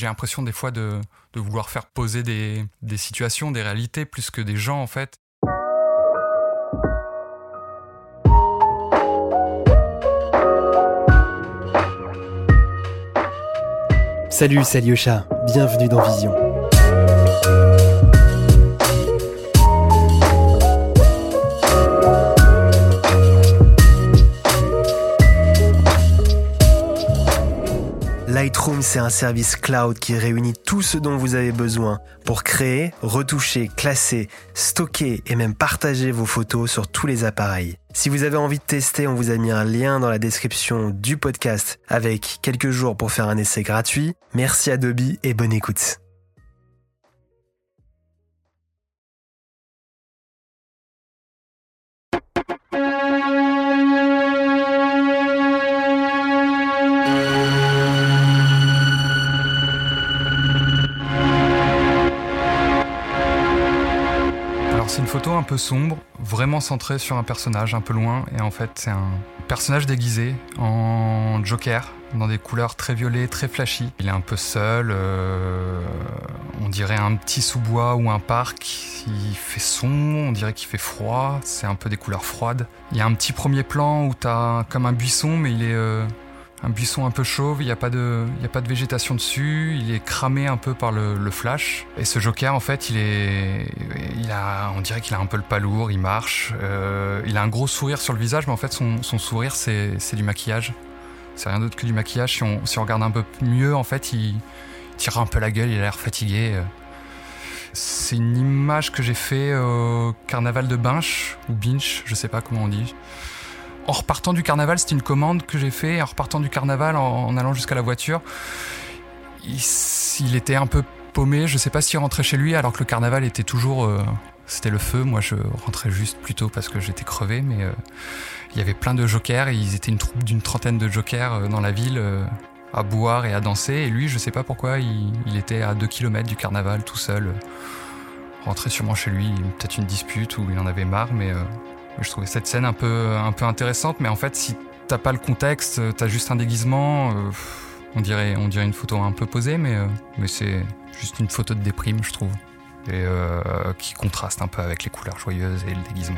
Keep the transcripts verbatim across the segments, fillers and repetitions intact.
j'ai l'impression des fois de, de vouloir faire poser des, des situations, des réalités, plus que des gens en fait. Salut, c'est Alyosha, bienvenue dans Vision. Lightroom, c'est un service cloud qui réunit tout ce dont vous avez besoin pour créer, retoucher, classer, stocker et même partager vos photos sur tous les appareils. Si vous avez envie de tester, on vous a mis un lien dans la description du podcast avec quelques jours pour faire un essai gratuit. Merci Adobe et bonne écoute. C'est une photo un peu sombre, vraiment centrée sur un personnage un peu loin, et en fait c'est un personnage déguisé en Joker, dans des couleurs très violettes, très flashy. Il est un peu seul, euh, on dirait un petit sous-bois ou un parc, il fait sombre, on dirait qu'il fait froid, c'est un peu des couleurs froides. Il y a un petit premier plan où t'as comme un buisson, mais il est... Euh, un buisson un peu chauve, il n'y a pas de, il y a pas de végétation dessus, il est cramé un peu par le, le flash. Et ce Joker, en fait, il est, il a, on dirait qu'il a un peu le pas lourd, il marche, euh, il a un gros sourire sur le visage, mais en fait, son, son sourire, c'est, c'est du maquillage. C'est rien d'autre que du maquillage. Si on, si on regarde un peu mieux, en fait, il tire un peu la gueule, il a l'air fatigué. C'est une image que j'ai fait au carnaval de Binche, ou Binche, je sais pas comment on dit. En repartant du carnaval, c'était une commande que j'ai fait. En repartant du carnaval, en, en allant jusqu'à la voiture, il, il était un peu paumé. Je sais pas s'il rentrait chez lui, alors que le carnaval était toujours... Euh, c'était le feu. Moi, je rentrais juste plus tôt parce que j'étais crevé. Mais euh, il y avait plein de jokers. Et ils étaient une troupe d'une trentaine de jokers euh, dans la ville euh, à boire et à danser. Et lui, je sais pas pourquoi, il, il était à deux kilomètres du carnaval, tout seul. Euh, rentrait sûrement chez lui. Peut-être une dispute où il en avait marre, mais... Euh, Je trouvais cette scène un peu, un peu intéressante, mais en fait, si t'as pas le contexte, t'as juste un déguisement, euh, on dirait, on dirait une photo un peu posée, mais, euh, mais c'est juste une photo de déprime, je trouve, et euh, qui contraste un peu avec les couleurs joyeuses et le déguisement.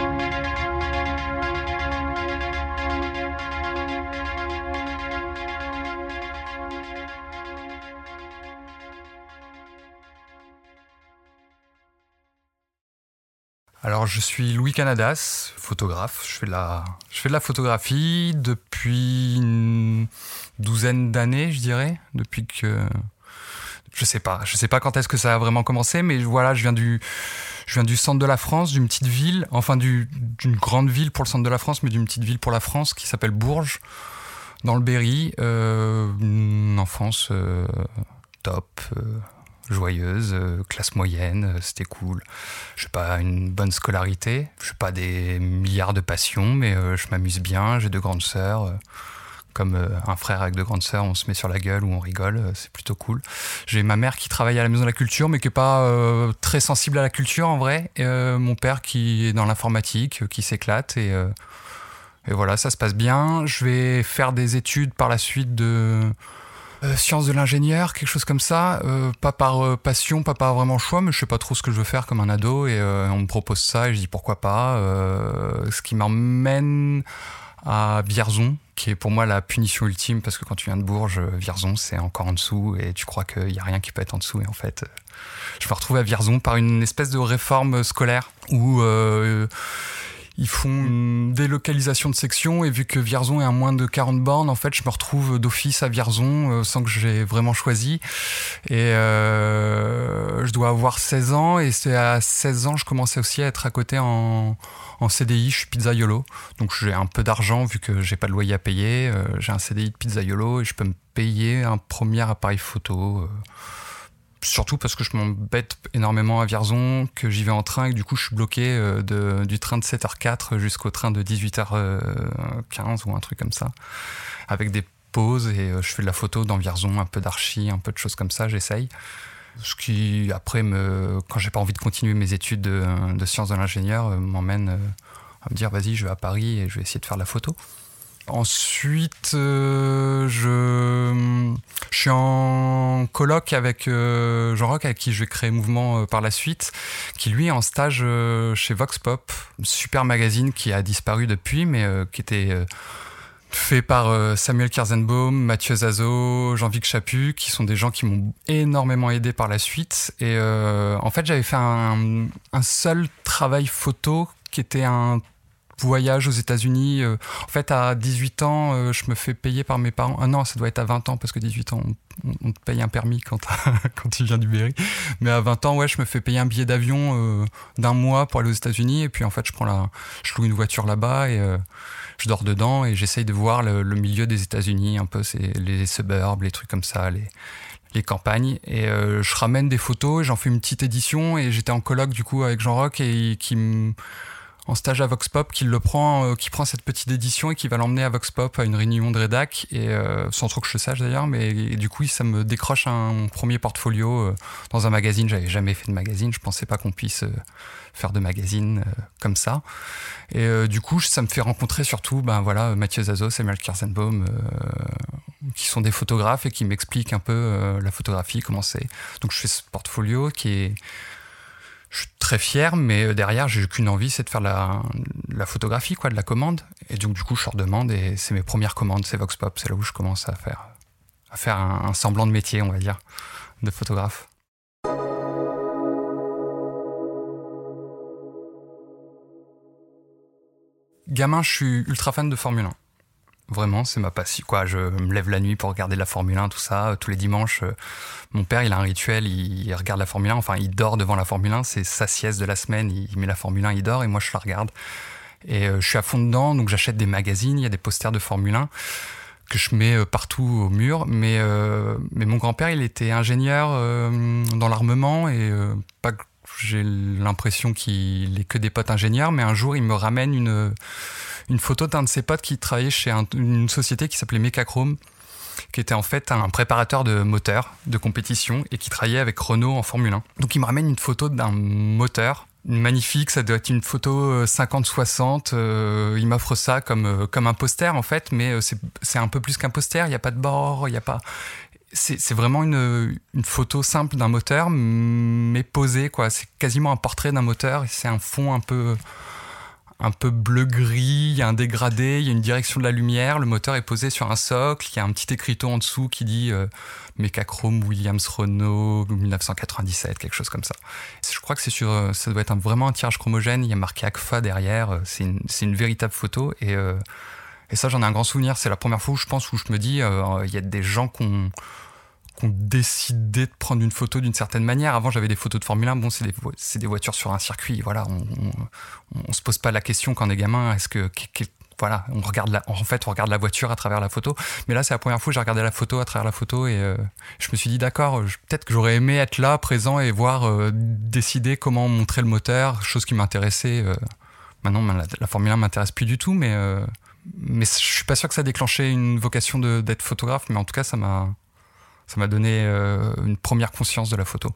Alors, je suis Louis Canadas, photographe. Je fais de la, je fais de la photographie depuis une douzaine d'années, je dirais. Depuis que... Je sais pas. Je sais pas quand est-ce que ça a vraiment commencé, mais voilà, je viens du, je viens du centre de la France, d'une petite ville, enfin du, d'une grande ville pour le centre de la France, mais d'une petite ville pour la France qui s'appelle Bourges, dans le Berry. Euh, une enfance euh, top... Euh, joyeuse, euh, classe moyenne, euh, c'était cool. Je n'ai pas une bonne scolarité, je n'ai pas des milliards de passions, mais euh, je m'amuse bien, j'ai deux grandes sœurs. Euh, comme euh, un frère avec deux grandes sœurs, on se met sur la gueule ou on rigole, euh, c'est plutôt cool. J'ai ma mère qui travaille à la Maison de la Culture, mais qui n'est pas euh, très sensible à la culture en vrai. Et, euh, mon père qui est dans l'informatique, euh, qui s'éclate. Et, euh, et voilà, ça se passe bien. Je vais faire des études par la suite de... Euh, sciences de l'ingénieur, quelque chose comme ça, euh, pas par euh, passion, pas par vraiment choix, mais je sais pas trop ce que je veux faire comme un ado, et euh, on me propose ça et je dis pourquoi pas, euh, ce qui m'emmène à Vierzon, qui est pour moi la punition ultime, parce que quand tu viens de Bourges, Vierzon c'est encore en dessous et tu crois qu'il y a rien qui peut être en dessous, et en fait euh, je me retrouve à Vierzon par une espèce de réforme scolaire où euh, ils font une délocalisation de section, et vu que Vierzon est à moins de quarante bornes, en fait, je me retrouve d'office à Vierzon euh, sans que j'ai vraiment choisi. Et euh, je dois avoir seize ans, et c'est à seize ans je commençais aussi à être à côté en, en C D I. Je suis pizzaiolo, donc j'ai un peu d'argent vu que j'ai pas de loyer à payer. Euh, j'ai un C D I de pizzaiolo et je peux me payer un premier appareil photo. Euh, Surtout parce que je m'embête énormément à Vierzon, que j'y vais en train et que du coup je suis bloqué euh, de, du train de sept heures quatre jusqu'au train de dix-huit heures quinze ou un truc comme ça, avec des pauses, et euh, je fais de la photo dans Vierzon, un peu d'archi, un peu de choses comme ça, j'essaye. Ce qui après, me, quand j'ai pas envie de continuer mes études de, de sciences de l'ingénieur, euh, m'emmène euh, à me dire vas-y, je vais à Paris et je vais essayer de faire de la photo. Ensuite, euh, je, je suis en coloc avec euh, Jean Roch, avec qui je vais créer Mouvement euh, par la suite, qui lui est en stage euh, chez Vox Pop, super magazine qui a disparu depuis, mais euh, qui était euh, fait par euh, Samuel Kersenbaum, Mathieu Zazo, Jean-Vic Chaput, qui sont des gens qui m'ont énormément aidé par la suite. Et euh, en fait, j'avais fait un, un seul travail photo qui était un voyage aux États-Unis. Euh, en fait, à dix-huit ans, euh, je me fais payer par mes parents. Ah non, ça doit être à vingt ans, parce que dix-huit ans, on, on te paye un permis quand, quand tu viens du Berry. Mais à vingt ans, ouais, je me fais payer un billet d'avion euh, d'un mois pour aller aux États-Unis. Et puis, en fait, je prends la, je loue une voiture là-bas et euh, je dors dedans et j'essaye de voir le, le milieu des États-Unis, un peu c'est les suburbs, les trucs comme ça, les, les campagnes. Et euh, je ramène des photos et j'en fais une petite édition. Et j'étais en coloc, du coup, avec Jean Roch et qui me... en stage à Vox Pop, qui le prend, euh, qui prend cette petite édition et qui va l'emmener à Vox Pop à une réunion de rédac, et euh, sans trop que je le sache d'ailleurs, mais et du coup ça me décroche un premier portfolio euh, dans un magazine. J'avais jamais fait de magazine, je pensais pas qu'on puisse euh, faire de magazine euh, comme ça. Et euh, du coup ça me fait rencontrer surtout, ben voilà, Mathieu Zazo, Samuel Kersenbaum, euh, qui sont des photographes et qui m'expliquent un peu euh, la photographie, comment c'est. Donc je fais ce portfolio qui est je suis très fier, mais derrière, j'ai qu'une envie, c'est de faire la, la photographie, quoi, de la commande. Et donc, du coup, je leur demande, et c'est mes premières commandes, c'est Vox Pop, c'est là où je commence à faire, à faire un, un semblant de métier, on va dire, de photographe. Gamin, je suis ultra fan de Formule un. Vraiment, c'est ma passion, quoi. Je me lève la nuit pour regarder la Formule un, tout ça. Tous les dimanches, euh, mon père, il a un rituel, il, il regarde la Formule un. Enfin, il dort devant la Formule un. C'est sa sieste de la semaine. Il met la Formule un, il dort, et moi, je la regarde. Et euh, je suis à fond dedans, donc j'achète des magazines. Il y a des posters de Formule un que je mets euh, partout au mur. Mais, euh, mais mon grand-père, il était ingénieur euh, dans l'armement, et euh, pas que j'ai l'impression qu'il est que des potes ingénieurs. Mais un jour, il me ramène une... une photo d'un de ses potes qui travaillait chez un, une société qui s'appelait Mecachrome, qui était en fait un préparateur de moteurs de compétition et qui travaillait avec Renault en Formule un. Donc il me ramène une photo d'un moteur, une magnifique, ça doit être une photo cinquante soixante, euh, il m'offre ça comme, comme un poster en fait, mais c'est, c'est un peu plus qu'un poster, il n'y a pas de bord, il n'y a pas... C'est, c'est vraiment une, une photo simple d'un moteur, mais posée, quoi. C'est quasiment un portrait d'un moteur, et c'est un fond un peu... un peu bleu-gris, il y a un dégradé, il y a une direction de la lumière, le moteur est posé sur un socle, il y a un petit écriteau en dessous qui dit euh, Mecachrome Williams Renault dix-neuf cent quatre-vingt-dix-sept, quelque chose comme ça. Je crois que c'est sur, ça doit être un, vraiment un tirage chromogène, il y a marqué A C F A derrière, c'est une, c'est une véritable photo, et, euh, et ça j'en ai un grand souvenir, c'est la première fois où je pense, où je me dis, euh, il y a des gens qui ont qui ont décidé de prendre une photo d'une certaine manière. Avant, j'avais des photos de Formule un. Bon, c'est des, c'est des voitures sur un circuit. Voilà, on, on, on se pose pas la question quand on est gamin. Est-ce que, que, que voilà, on regarde la, en fait, on regarde la voiture à travers la photo. Mais là, c'est la première fois que j'ai regardé la photo à travers la photo, et euh, je me suis dit, d'accord, je, peut-être que j'aurais aimé être là, présent, et voir euh, décider comment montrer le moteur, chose qui m'intéressait. Euh, maintenant, la, la Formule un m'intéresse plus du tout, mais euh, mais je suis pas sûr que ça a déclenché une vocation de, d'être photographe. Mais en tout cas, ça m'a Ça m'a donné euh, une première conscience de la photo.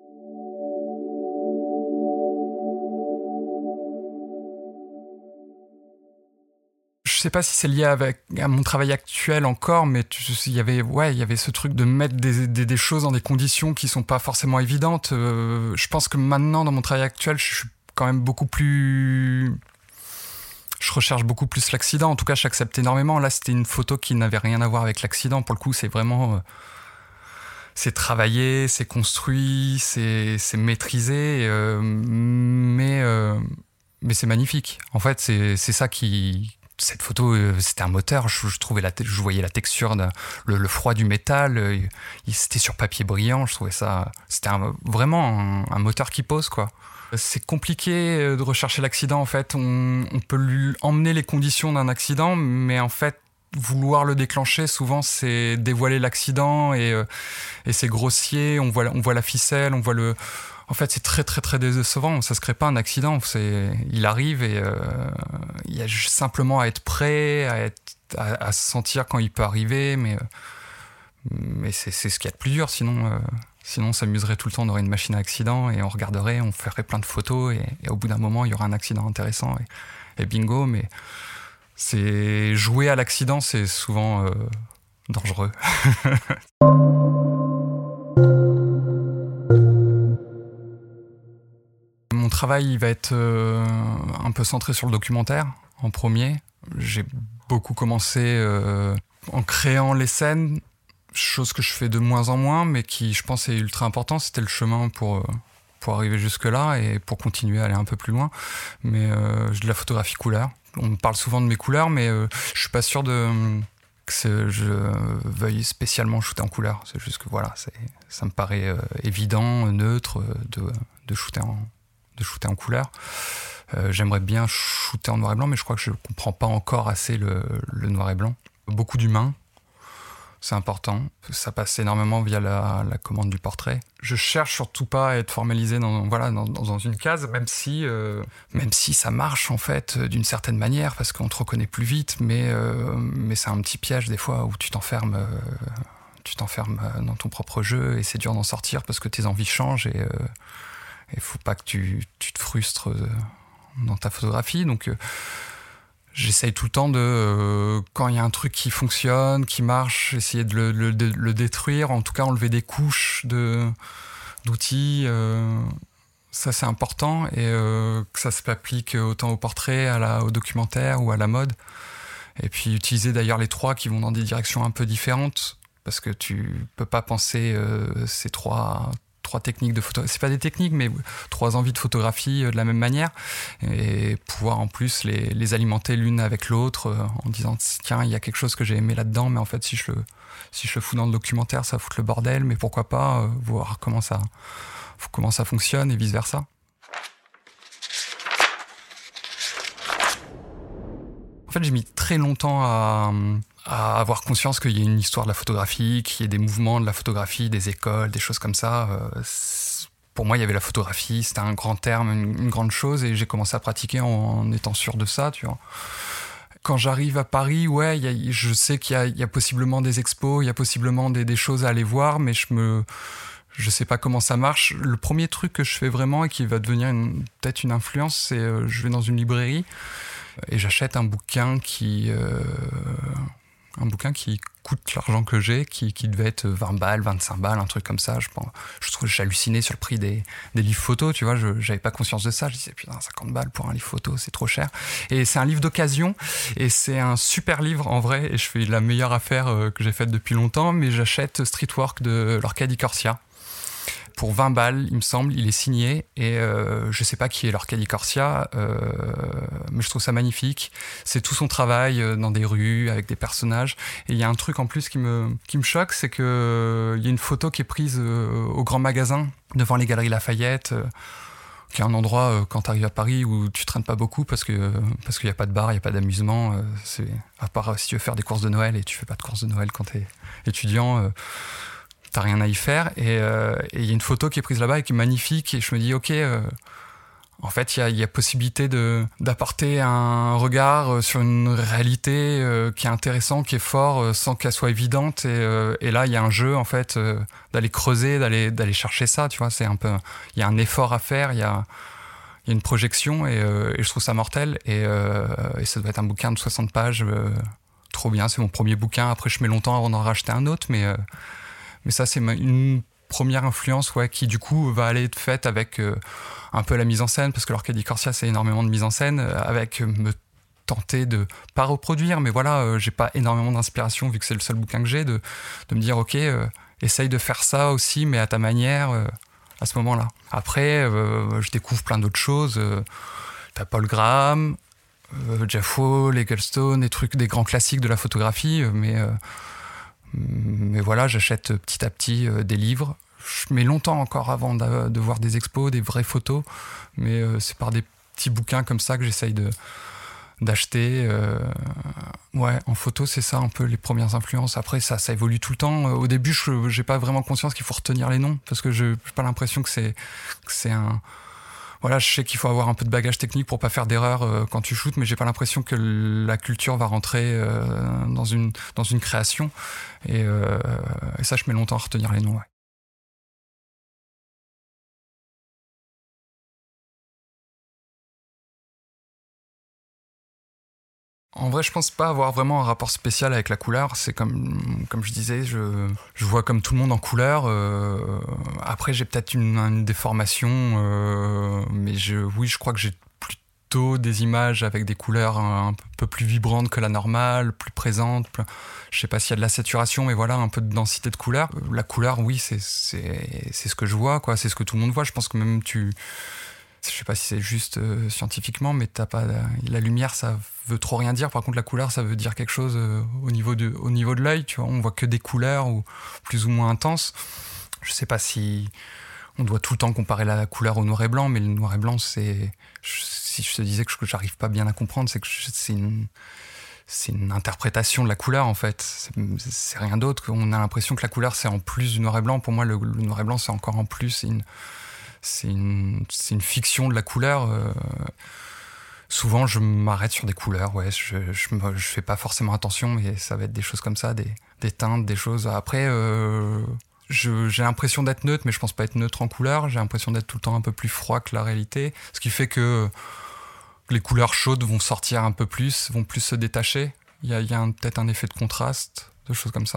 Je sais pas si c'est lié avec, à mon travail actuel encore, mais il y avait, ouais, il y avait ce truc de mettre des, des, des choses dans des conditions qui sont pas forcément évidentes. Euh, je pense que maintenant, dans mon travail actuel, je suis quand même beaucoup plus... Je recherche beaucoup plus l'accident. En tout cas, j'accepte énormément. Là, c'était une photo qui n'avait rien à voir avec l'accident. Pour le coup, c'est vraiment... Euh, c'est travaillé, c'est construit, c'est, c'est maîtrisé, euh, mais, euh, mais c'est magnifique. En fait, c'est, c'est ça qui... Cette photo, euh, c'était un moteur, je, je, trouvais la, je voyais la texture, de, le, le froid du métal, euh, c'était sur papier brillant, je trouvais ça... C'était un, vraiment un, un moteur qui pose, quoi. C'est compliqué de rechercher l'accident, en fait. On, on peut lui emmener les conditions d'un accident, mais en fait, vouloir le déclencher, souvent, c'est dévoiler l'accident, et, euh, et c'est grossier, on voit, on voit la ficelle, on voit le... En fait, c'est très, très, très décevant. Ça se crée pas un accident. C'est... Il arrive, et euh, il y a juste simplement à être prêt, à, être, à, à se sentir quand il peut arriver, mais, euh, mais c'est, c'est ce qu'il y a de plus dur. Sinon, euh, sinon, on s'amuserait tout le temps, on aurait une machine à accident, et on regarderait, on ferait plein de photos, et, et au bout d'un moment, il y aura un accident intéressant, et, et bingo, mais... C'est jouer à l'accident, c'est souvent euh, dangereux. Mon travail il va être euh, un peu centré sur le documentaire en premier. J'ai beaucoup commencé euh, en créant les scènes, chose que je fais de moins en moins, mais qui, je pense, est ultra important. C'était le chemin pour, euh, pour arriver jusque-là et pour continuer à aller un peu plus loin. Mais euh, j'ai de la photographie couleur. On me parle souvent de mes couleurs, mais euh, je suis pas sûr de, que je veuille spécialement shooter en couleur. C'est juste que voilà, c'est, ça me paraît euh, évident, neutre, de, de, shooter en, de shooter en couleur. Euh, j'aimerais bien shooter en noir et blanc, mais je crois que je ne comprends pas encore assez le, le noir et blanc. Beaucoup d'humains, c'est important. Ça passe énormément via la, la commande du portrait. Je cherche surtout pas à être formalisé dans, voilà, dans, dans une case, même si, euh, même si ça marche en fait d'une certaine manière, parce qu'on te reconnaît plus vite, mais, euh, mais c'est un petit piège des fois où tu t'enfermes, euh, tu t'enfermes dans ton propre jeu et c'est dur d'en sortir parce que tes envies changent et il euh, faut pas que tu, tu te frustres dans ta photographie. Donc euh, j'essaye tout le temps de, euh, quand il y a un truc qui fonctionne, qui marche, essayer de le, le, de le détruire, en tout cas enlever des couches de, d'outils. Euh, ça, c'est important. Et euh, que ça s'applique autant au portrait, à la, au documentaire ou à la mode. Et puis utiliser d'ailleurs les trois qui vont dans des directions un peu différentes, parce que tu peux pas penser euh, ces trois... trois techniques de photographie, c'est pas des techniques, mais trois envies de photographie de la même manière, et pouvoir en plus les, les alimenter l'une avec l'autre euh, en disant tiens, il y a quelque chose que j'ai aimé là-dedans, mais en fait si je le, si je le fous dans le documentaire, ça va foutre le bordel, mais pourquoi pas euh, voir comment ça, comment ça fonctionne et vice-versa. En fait, j'ai mis très longtemps à, à avoir conscience qu'il y ait une histoire de la photographie, qu'il y ait des mouvements de la photographie, des écoles, des choses comme ça. Euh, pour moi, il y avait la photographie, c'était un grand terme, une, une grande chose, et j'ai commencé à pratiquer en, en étant sûr de ça, tu vois. Quand j'arrive à Paris, ouais, y a, je sais qu'il y a, y a possiblement des expos, il y a possiblement des, des choses à aller voir, mais je me... je sais pas comment ça marche. Le premier truc que je fais vraiment et qui va devenir une, peut-être une influence, c'est euh, je vais dans une librairie et j'achète un bouquin qui euh, un bouquin qui coûte l'argent que j'ai, qui, qui devait être vingt balles, vingt-cinq balles, un truc comme ça. Je pense, je trouve, j'hallucinais sur le prix des, des livres photos, tu vois, je j'avais pas conscience de ça. Je disais putain, cinquante balles pour un livre photo, c'est trop cher. Et c'est un livre d'occasion et c'est un super livre en vrai. Et je fais la meilleure affaire euh, que j'ai faite depuis longtemps, mais j'achète Streetwork de Lorca Di Corsia. Pour vingt balles, il me semble, il est signé et euh, je sais pas qui est Lorca Di Corsia, euh, mais je trouve ça magnifique. C'est tout son travail euh, dans des rues avec des personnages. Et il y a un truc en plus qui me qui me choque, c'est que euh, il y a une photo qui est prise euh, au Grand Magasin devant les Galeries Lafayette, euh, qui est un endroit euh, quand tu arrives à Paris où tu traînes pas beaucoup parce que parce qu'il y a pas de bar, il y a pas d'amusement. Euh, c'est à part euh, si tu veux faire des courses de Noël et tu fais pas de courses de Noël quand t'es étudiant. Euh, T'as rien à y faire. Et il euh, y a une photo qui est prise là-bas et qui est magnifique. Et je me dis, ok, euh, en fait, il y a, y a possibilité de, d'apporter un regard sur une réalité euh, qui est intéressant, qui est fort, euh, sans qu'elle soit évidente. Et, euh, et là, il y a un jeu, en fait, euh, d'aller creuser, d'aller, d'aller chercher ça. Tu vois, c'est un peu, il y a un effort à faire, il y a, y a une projection et, euh, et je trouve ça mortel. Et, euh, et ça doit être un bouquin de soixante pages. Euh, trop bien, c'est mon premier bouquin. Après, je mets longtemps avant d'en racheter un autre, mais... Euh, Mais ça, c'est une première influence ouais, qui, du coup, va aller être faite avec euh, un peu la mise en scène, parce que Lorca Di Corsia, c'est énormément de mise en scène, euh, avec euh, me tenter de, pas reproduire, mais voilà, euh, j'ai pas énormément d'inspiration, vu que c'est le seul bouquin que j'ai, de, de me dire, ok, euh, essaye de faire ça aussi, mais à ta manière, euh, à ce moment-là. Après, euh, je découvre plein d'autres choses. Euh, t'as Paul Graham, euh, Jeff Wall, Eggleston, des trucs, des grands classiques de la photographie, mais... Euh, Mais voilà, j'achète petit à petit euh, des livres. Je mets longtemps encore avant de, de voir des expos, des vraies photos. Mais euh, c'est par des petits bouquins comme ça que j'essaye de, d'acheter. Euh, ouais, en photo, c'est ça un peu les premières influences. Après, ça, ça évolue tout le temps. Au début, je n'ai pas vraiment conscience qu'il faut retenir les noms. Parce que je n'ai pas l'impression que c'est, que c'est un... Voilà, je sais qu'il faut avoir un peu de bagage technique pour pas faire d'erreur euh, quand tu shootes, mais j'ai pas l'impression que la culture va rentrer euh, dans une dans une création. Et, euh, et ça, je mets longtemps à retenir les noms. Ouais. En vrai, je pense pas avoir vraiment un rapport spécial avec la couleur. C'est comme, comme je disais, je, je vois comme tout le monde en couleur. Euh, après, j'ai peut-être une, une déformation, euh, mais je, oui, je crois que j'ai plutôt des images avec des couleurs un, un peu plus vibrantes que la normale, plus présentes. Plus, je sais pas s'il y a de la saturation, mais voilà, un peu de densité de couleur. La couleur, oui, c'est, c'est, c'est ce que je vois, quoi. C'est ce que tout le monde voit. Je pense que même tu... Je sais pas si c'est juste euh, scientifiquement, mais t'as pas, la lumière, ça veut trop rien dire. Par contre, la couleur, ça veut dire quelque chose euh, au niveau de, au niveau de l'œil. Tu vois, on voit que des couleurs ou plus ou moins intenses. Je sais pas si on doit tout le temps comparer la couleur au noir et blanc, mais le noir et blanc, c'est, je, si je te disais que je, que j'arrive pas bien à comprendre, c'est que je, c'est une, c'est une interprétation de la couleur en fait. C'est, c'est rien d'autre. On a l'impression que la couleur, c'est en plus du noir et blanc. Pour moi, le, le noir et blanc, c'est encore en plus. C'est une, C'est une, c'est une fiction de la couleur. Euh, souvent, je m'arrête sur des couleurs. Ouais, je, je, me, je fais pas forcément attention, mais ça va être des choses comme ça, des, des teintes, des choses. Après, euh, je, j'ai l'impression d'être neutre, mais je pense pas être neutre en couleur. J'ai l'impression d'être tout le temps un peu plus froid que la réalité, ce qui fait que les couleurs chaudes vont sortir un peu plus, vont plus se détacher. Il y a, il y a un, peut-être un effet de contraste, de choses comme ça.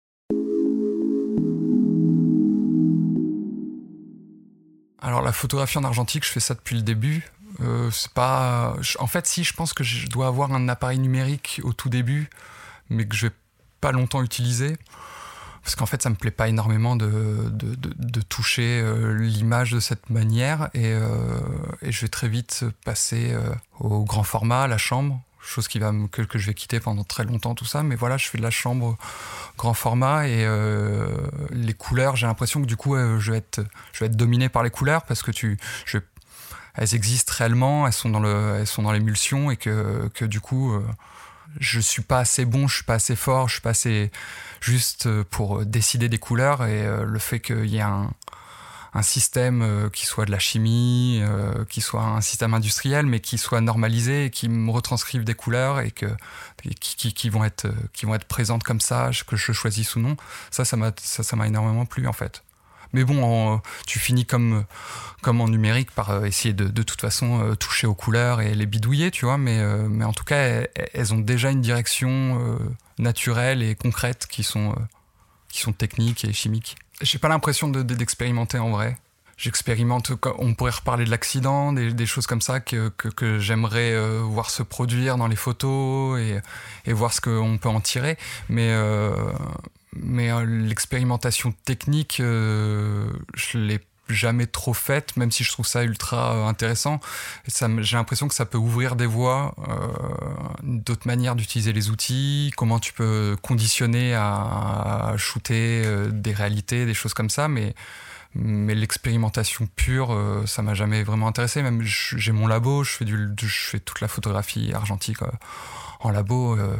Alors la photographie en argentique, je fais ça depuis le début. Euh, c'est pas, en fait, si, je pense que je dois avoir un appareil numérique au tout début, mais que je vais pas longtemps utiliser, parce qu'en fait, ça me plaît pas énormément de, de, de, de toucher euh, l'image de cette manière, et, euh, et je vais très vite passer euh, au grand format, à la chambre. Chose qui va me, que, que je vais quitter pendant très longtemps, tout ça. Mais voilà, je fais de la chambre grand format et euh, les couleurs, j'ai l'impression que du coup, euh, je, vais être, je vais être dominé par les couleurs parce que tu, je, elles existent réellement, elles sont dans, le, elles sont dans l'émulsion et que, que du coup, euh, je suis pas assez bon, je suis pas assez fort, je suis pas assez juste pour décider des couleurs et euh, le fait qu'il y ait un un système euh, qui soit de la chimie, euh, qui soit un système industriel, mais qui soit normalisé et qui me retranscrive des couleurs et, que, et qui, qui, qui, vont être, qui vont être présentes comme ça, que je choisisse ou non. Ça, ça m'a, ça, ça m'a énormément plu, en fait. Mais bon, en, tu finis comme, comme en numérique par essayer de, de toute façon euh, toucher aux couleurs et les bidouiller, tu vois, mais, euh, mais en tout cas, elles, elles ont déjà une direction euh, naturelle et concrète qui sont, euh, qui sont techniques et chimiques. J'ai pas l'impression de, de, d'expérimenter en vrai. J'expérimente, on pourrait reparler de l'accident, des, des choses comme ça que, que, que j'aimerais euh, voir se produire dans les photos et, et voir ce qu'on peut en tirer. Mais, euh, mais euh, l'expérimentation technique, euh, je l'ai jamais trop faite, même si je trouve ça ultra euh, intéressant. Et ça, j'ai l'impression que ça peut ouvrir des voies, euh, d'autres manières d'utiliser les outils, comment tu peux conditionner à, à shooter euh, des réalités, des choses comme ça, mais, mais l'expérimentation pure, euh, ça m'a jamais vraiment intéressé. Même j'ai mon labo, je fais, du, je fais toute la photographie argentique euh, en labo. Euh,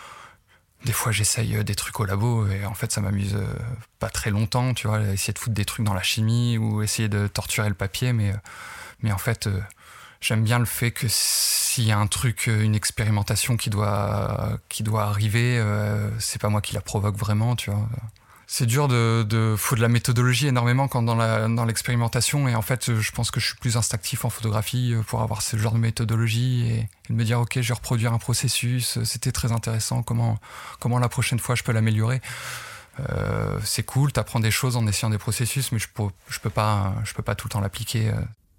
Des fois, j'essaye des trucs au labo et en fait, ça m'amuse pas très longtemps, tu vois, essayer de foutre des trucs dans la chimie ou essayer de torturer le papier, mais, mais en fait, j'aime bien le fait que s'il y a un truc, une expérimentation qui doit, qui doit arriver, c'est pas moi qui la provoque vraiment, tu vois. C'est dur de, de, faut de la méthodologie énormément quand dans la, dans l'expérimentation et en fait, je pense que je suis plus instinctif en photographie pour avoir ce genre de méthodologie et, et de me dire, ok, je vais reproduire un processus, c'était très intéressant, comment, comment la prochaine fois je peux l'améliorer. Euh, c'est cool, t'apprends des choses en essayant des processus, mais je peux, je peux pas, je peux pas tout le temps l'appliquer.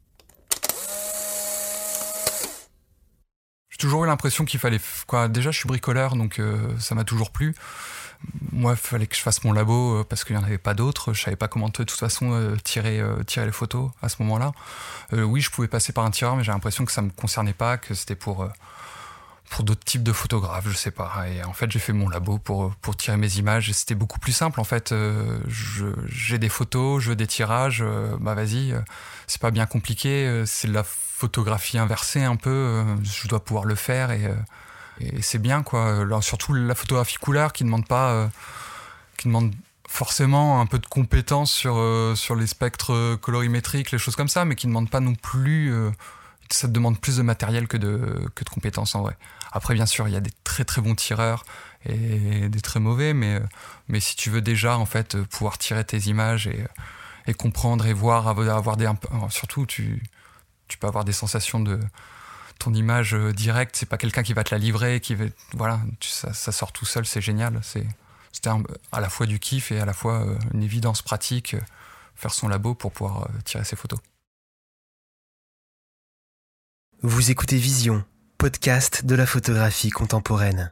J'ai toujours eu l'impression qu'il fallait, quoi, déjà je suis bricoleur, donc euh, ça m'a toujours plu. Moi, il fallait que je fasse mon labo euh, parce qu'il n'y en avait pas d'autres. Je savais pas comment de toute façon euh, tirer, euh, tirer les photos à ce moment-là. Euh, oui, je pouvais passer par un tireur, mais j'ai l'impression que ça me concernait pas, que c'était pour, euh, pour d'autres types de photographes, je sais pas. Et en fait, j'ai fait mon labo pour, pour tirer mes images et c'était beaucoup plus simple. En fait, euh, je, j'ai des photos, je veux des tirages, euh, bah vas-y, euh, c'est pas bien compliqué. Euh, c'est de la photographie inversée un peu. Euh, je dois pouvoir le faire et... Euh, Et c'est bien, quoi. Alors, surtout la photographie couleur qui demande pas, euh, qui demande forcément un peu de compétences sur, euh, sur les spectres colorimétriques, les choses comme ça, mais qui ne demande pas non plus. Euh, ça te demande plus de matériel que de, que de compétences en vrai. Après, bien sûr, il y a des très très bons tireurs et des très mauvais, mais, mais si tu veux déjà en fait pouvoir tirer tes images et, et comprendre et voir, avoir des. Surtout, tu, tu peux avoir des sensations de. ton image directe, c'est pas quelqu'un qui va te la livrer, qui va, voilà, tu, ça, ça sort tout seul, c'est génial. C'est, c'était un, à la fois du kiff et à la fois euh, une évidence pratique, euh, faire son labo pour pouvoir euh, tirer ses photos. Vous écoutez Vision, podcast de la photographie contemporaine.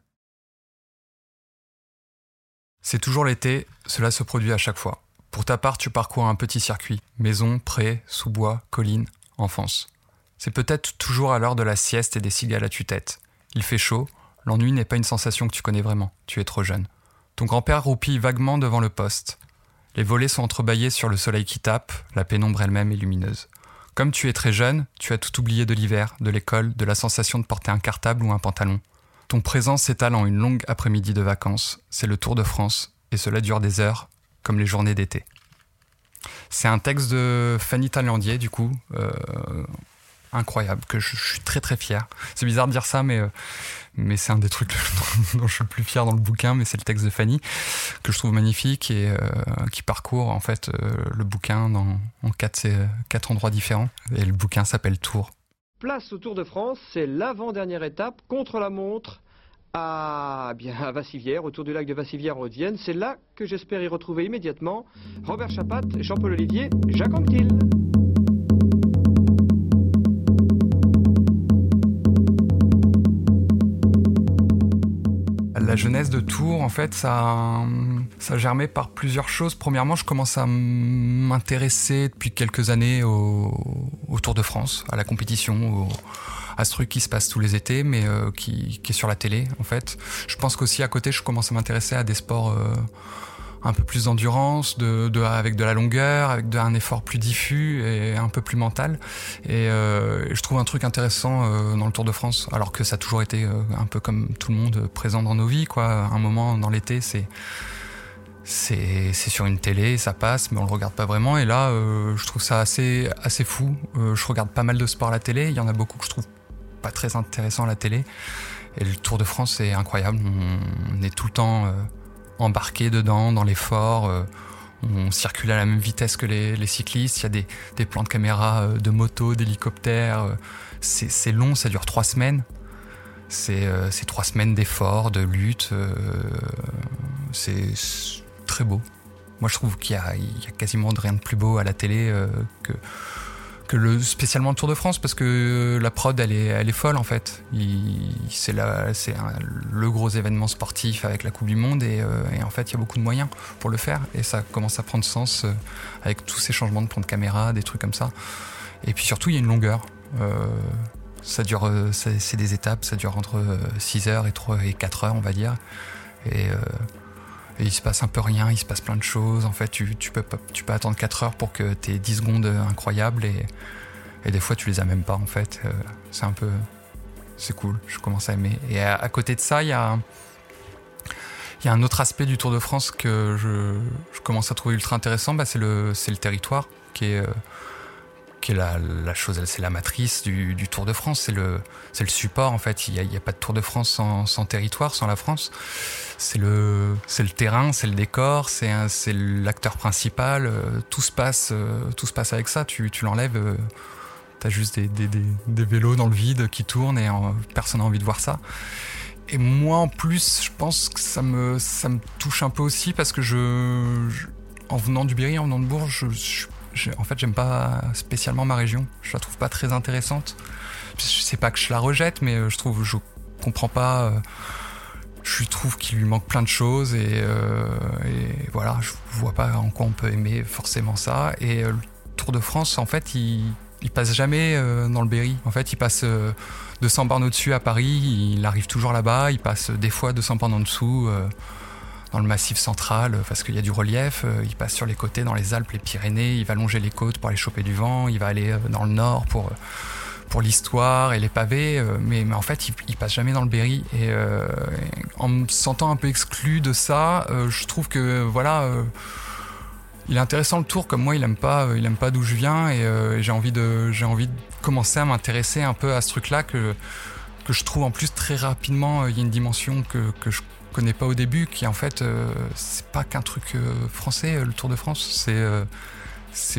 C'est toujours l'été, cela se produit à chaque fois. Pour ta part, tu parcours un petit circuit. Maison, pré, sous-bois, collines, enfance. C'est peut-être toujours à l'heure de la sieste et des cigales à tue-tête. Il fait chaud, l'ennui n'est pas une sensation que tu connais vraiment. Tu es trop jeune. Ton grand-père roupille vaguement devant le poste. Les volets sont entrebâillés sur le soleil qui tape, la pénombre elle-même est lumineuse. Comme tu es très jeune, tu as tout oublié de l'hiver, de l'école, de la sensation de porter un cartable ou un pantalon. Ton présent s'étale en une longue après-midi de vacances. C'est le Tour de France, et cela dure des heures, comme les journées d'été. C'est un texte de Fanny Taillandier, du coup, euh, incroyable, que je, je suis très très fier. C'est bizarre de dire ça, mais, euh, mais c'est un des trucs dont je suis le plus fier dans le bouquin, mais c'est le texte de Fanny, que je trouve magnifique et euh, qui parcourt en fait euh, le bouquin dans, en quatre, euh, quatre endroits différents. Et le bouquin s'appelle Tour. Place au Tour de France, c'est l'avant-dernière étape contre la montre à, bien, à Vassivière, autour du lac de Vassivière en Haute-Vienne. C'est là que j'espère y retrouver immédiatement Robert Chapat, Jean-Paul Olivier, Jacques Anquetil. La jeunesse de Tours, en fait, ça, ça germait par plusieurs choses. Premièrement, je commence à m'intéresser depuis quelques années au, au Tour de France, à la compétition, au, à ce truc qui se passe tous les étés, mais euh, qui, qui est sur la télé, en fait. Je pense qu'aussi, à côté, je commence à m'intéresser à des sports euh, un peu plus d'endurance, de, de, avec de la longueur, avec de, un effort plus diffus et un peu plus mental. Et euh, je trouve un truc intéressant euh, dans le Tour de France, alors que ça a toujours été euh, un peu comme tout le monde, présent dans nos vies, quoi. Un moment dans l'été, c'est, c'est, c'est sur une télé, ça passe, mais on le regarde pas vraiment. Et là, euh, je trouve ça assez, assez fou. Euh, je regarde pas mal de sports à la télé. Il y en a beaucoup que je trouve pas très intéressants à la télé. Et le Tour de France, c'est incroyable. On, on est tout le temps... Euh, embarqué dedans, dans l'effort, euh, on circule à la même vitesse que les, les cyclistes, il y a des, des plans de caméra euh, de moto, d'hélicoptères, euh, c'est, c'est long, ça dure trois semaines, c'est, euh, c'est trois semaines d'effort, de lutte, euh, c'est, c'est très beau. Moi je trouve qu'il y a, il y a quasiment rien de plus beau à la télé euh, que, que le, spécialement le Tour de France, parce que la prod elle est, elle est folle en fait. Il, c'est la, c'est un, le gros événement sportif avec la Coupe du Monde et, euh, et en fait il y a beaucoup de moyens pour le faire et ça commence à prendre sens euh, avec tous ces changements de plan de caméra, des trucs comme ça. Et puis surtout il y a une longueur. Euh, ça dure, c'est, c'est des étapes, ça dure entre six heures et, trois, et quatre heures on va dire. Et euh, Et il se passe un peu rien, il se passe plein de choses. En fait, tu, tu, peux, tu peux attendre quatre heures pour que tu aies dix secondes incroyables et, et des fois, tu les as même pas, en fait. Euh, c'est un peu... C'est cool, je commence à aimer. Et à, à côté de ça, il y a, il y a un autre aspect du Tour de France que je, je commence à trouver ultra intéressant. Bah, c'est, le, c'est le territoire qui est... Euh, qui est la, la chose, c'est la matrice du, du Tour de France, c'est le, c'est le support en fait. Il n'y a, il y a pas de Tour de France sans, sans territoire, sans la France. C'est le, c'est le terrain, c'est le décor, c'est, un, c'est l'acteur principal. Euh, tout se passe, euh, tout se passe avec ça. Tu, tu l'enlèves, euh, t'as juste des, des, des, des vélos dans le vide qui tournent et euh, personne n'a envie de voir ça. Et moi en plus, je pense que ça me, ça me touche un peu aussi parce que je, je en venant du Berry, en venant de Bourges, je, je Je, en fait, j'aime pas spécialement ma région. Je la trouve pas très intéressante. Je sais pas que je la rejette, mais je trouve, je comprends pas. Je trouve qu'il lui manque plein de choses et, euh, et voilà, je vois pas en quoi on peut aimer forcément ça. Et le Tour de France, en fait, il, il passe jamais dans le Berry. En fait, il passe deux cents bornes au-dessus à Paris. Il arrive toujours là-bas. Il passe des fois deux cents bornes en dessous. Euh, dans le Massif central, parce qu'il y a du relief, il passe sur les côtés, dans les Alpes, les Pyrénées, il va longer les côtes pour aller choper du vent, il va aller dans le nord pour, pour l'histoire et les pavés, mais, mais en fait, il, il passe jamais dans le Berry. Et, euh, en me sentant un peu exclu de ça, euh, je trouve que, voilà, euh, il est intéressant le Tour, comme moi, il aime pas, il aime pas d'où je viens, et, euh, et j'ai envie de, j'ai envie de commencer à m'intéresser un peu à ce truc-là, que, que je trouve en plus très rapidement, il y a une dimension que, que je connais pas au début, qui en fait euh, c'est pas qu'un truc euh, français, euh, le Tour de France, c'est, euh, c'est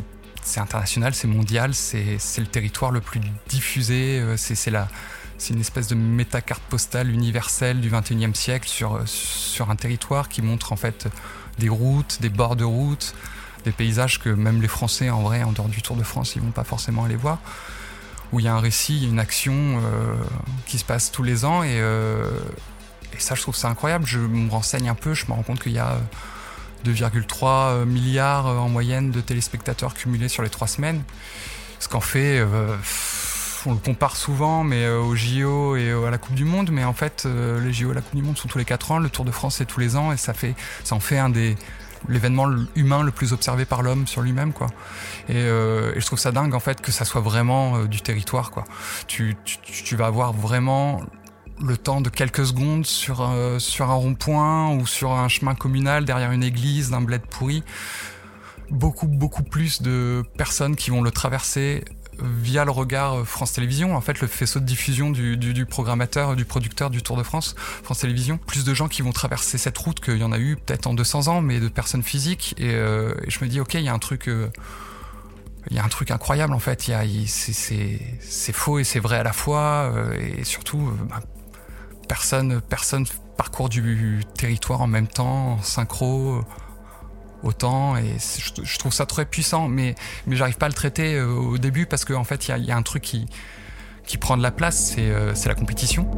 c'est international, c'est mondial, c'est, c'est le territoire le plus diffusé, c'est, c'est, la, c'est une espèce de méta-carte postale universelle du vingt et unième siècle sur, sur un territoire qui montre en fait des routes, des bords de routes, des paysages que même les Français, en vrai, en dehors du Tour de France, ils vont pas forcément aller voir, où il y a un récit, une action euh, qui se passe tous les ans, et, euh, et ça, je trouve ça incroyable. Je me renseigne un peu, je me rends compte qu'il y a deux virgule trois milliards en moyenne de téléspectateurs cumulés sur les trois semaines, ce qu'en fait, euh, on le compare souvent, mais euh, aux J O et à la Coupe du Monde, mais en fait, euh, les J O et la Coupe du Monde sont tous les quatre ans, le Tour de France c'est tous les ans, et ça, fait, ça en fait un des... l'événement humain le plus observé par l'homme sur lui-même, quoi. Et, euh, et je trouve ça dingue en fait que ça soit vraiment euh, du territoire, quoi. Tu, tu, tu vas avoir vraiment le temps de quelques secondes sur, euh, sur un rond-point ou sur un chemin communal derrière une église d'un bled pourri. Beaucoup, beaucoup plus de personnes qui vont le traverser via le regard France Télévisions, en fait le faisceau de diffusion du, du, du programmateur, du producteur du Tour de France, France Télévisions. Plus de gens qui vont traverser cette route qu'il y en a eu peut-être en deux cents ans, mais de personnes physiques. Et, euh, et je me dis, ok, il y a un truc, euh, il y a un truc incroyable en fait. Il y a, il, c'est, c'est, c'est faux et c'est vrai à la fois. Euh, et surtout, euh, bah, personne, personne parcourt du territoire en même temps, en synchro. Autant, et je, je trouve ça très puissant, mais, mais j'arrive pas à le traiter euh, au début parce qu'en en fait il y, y a un truc qui, qui prend de la place, c'est, euh, c'est la compétition.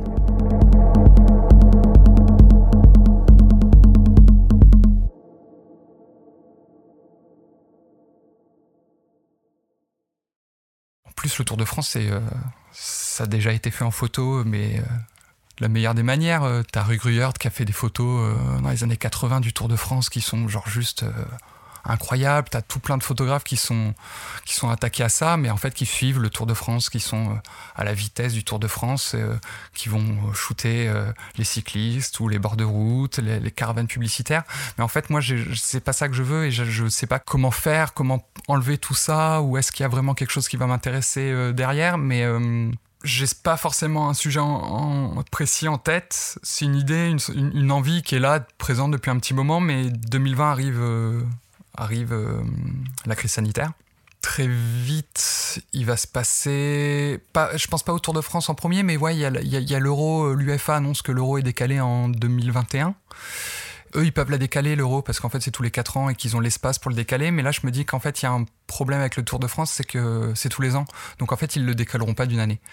En plus le Tour de France, c'est, euh, ça a déjà été fait en photo, mais... Euh, la meilleure des manières, euh, t'as Ruud Gruijert qui a fait des photos euh, dans les années quatre-vingts du Tour de France qui sont genre juste euh, incroyables. T'as tout plein de photographes qui sont, qui sont attaqués à ça, mais en fait qui suivent le Tour de France, qui sont euh, à la vitesse du Tour de France, euh, qui vont shooter euh, les cyclistes ou les bords de route, les, les caravanes publicitaires. Mais en fait, moi, j'ai, c'est pas ça que je veux et je, je sais pas comment faire, comment enlever tout ça, ou est-ce qu'il y a vraiment quelque chose qui va m'intéresser euh, derrière, mais... Euh, j'ai pas forcément un sujet en, en précis en tête. C'est une idée, une, une envie qui est là, présente depuis un petit moment, mais deux mille vingt arrive, euh, arrive euh, la crise sanitaire. Très vite, il va se passer... Pas, je pense pas au Tour de France en premier, mais ouais, il y a, y a, y a l'Euro. L'U F A annonce que l'Euro est décalé en deux mille vingt et un. Eux, ils peuvent la décaler, l'Euro, parce qu'en fait, c'est tous les quatre ans et qu'ils ont l'espace pour le décaler. Mais là, je me dis qu'en fait, il y a un problème avec le Tour de France, c'est que c'est tous les ans. Donc, en fait, ils le décaleront pas d'une année.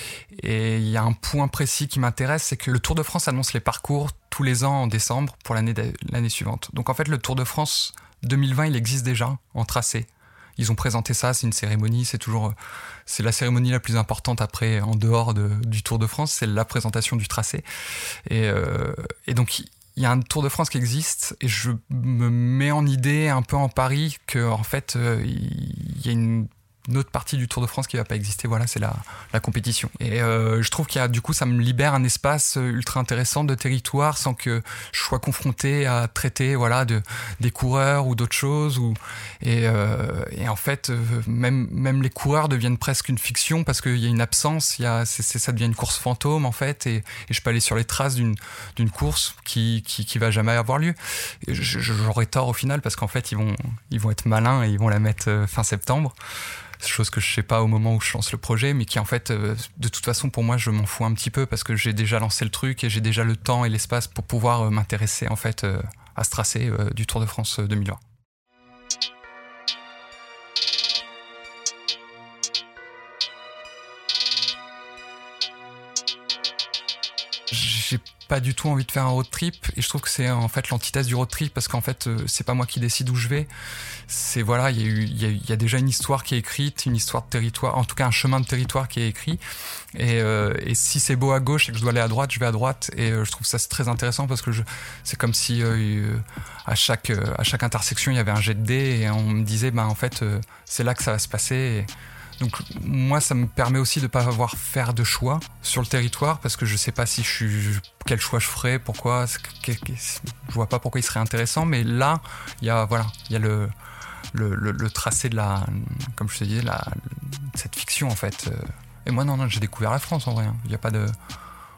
Et il y a un point précis qui m'intéresse, c'est que le Tour de France annonce les parcours tous les ans en décembre pour l'année, de, l'année suivante. Donc, en fait, le Tour de France deux mille vingt, il existe déjà en tracé. Ils ont présenté ça, c'est une cérémonie, c'est toujours, c'est la cérémonie la plus importante après, en dehors de, du Tour de France, c'est la présentation du tracé. Et, euh, et donc, il y a un Tour de France qui existe et je me mets en idée, un peu en pari, qu'en fait, euh, il y a une, une autre partie du Tour de France qui va pas exister. Voilà, c'est la, la compétition. Et euh, je trouve qu'il y a, du coup, ça me libère un espace ultra intéressant de territoire sans que je sois confronté à traiter, voilà, de, des coureurs ou d'autres choses. Ou, et, euh, et en fait, même, même les coureurs deviennent presque une fiction parce qu'il y a une absence, il y a, c'est, c'est, ça devient une course fantôme, en fait, et, et je peux aller sur les traces d'une, d'une course qui, qui, qui va jamais avoir lieu. Et je, j'aurais tort au final parce qu'en fait, ils vont, ils vont être malins et ils vont la mettre fin septembre. Chose que je sais pas au moment où je lance le projet, mais qui en fait, euh, de toute façon, pour moi, je m'en fous un petit peu parce que j'ai déjà lancé le truc et j'ai déjà le temps et l'espace pour pouvoir euh, m'intéresser en fait euh, à ce tracé euh, du Tour de France deux mille vingt. J'ai pas du tout envie de faire un road trip et je trouve que c'est en fait l'antithèse du road trip parce qu'en fait euh, c'est pas moi qui décide où je vais, c'est voilà, il y a eu il y a, y a déjà une histoire qui est écrite, une histoire de territoire, en tout cas un chemin de territoire qui est écrit et, euh, et si c'est beau à gauche et que je dois aller à droite, je vais à droite et euh, je trouve ça c'est très intéressant parce que je, c'est comme si euh, à chaque euh, à chaque intersection il y avait un jet de dés et on me disait bah en fait euh, c'est là que ça va se passer et, donc moi ça me permet aussi de pas avoir faire de choix sur le territoire parce que je sais pas si je suis quel choix je ferais, pourquoi je vois pas pourquoi il serait intéressant, mais là il y a voilà il y a le le, le le tracé de la, comme je te disais, la cette fiction en fait. Et moi non non j'ai découvert la France en vrai, il y a pas de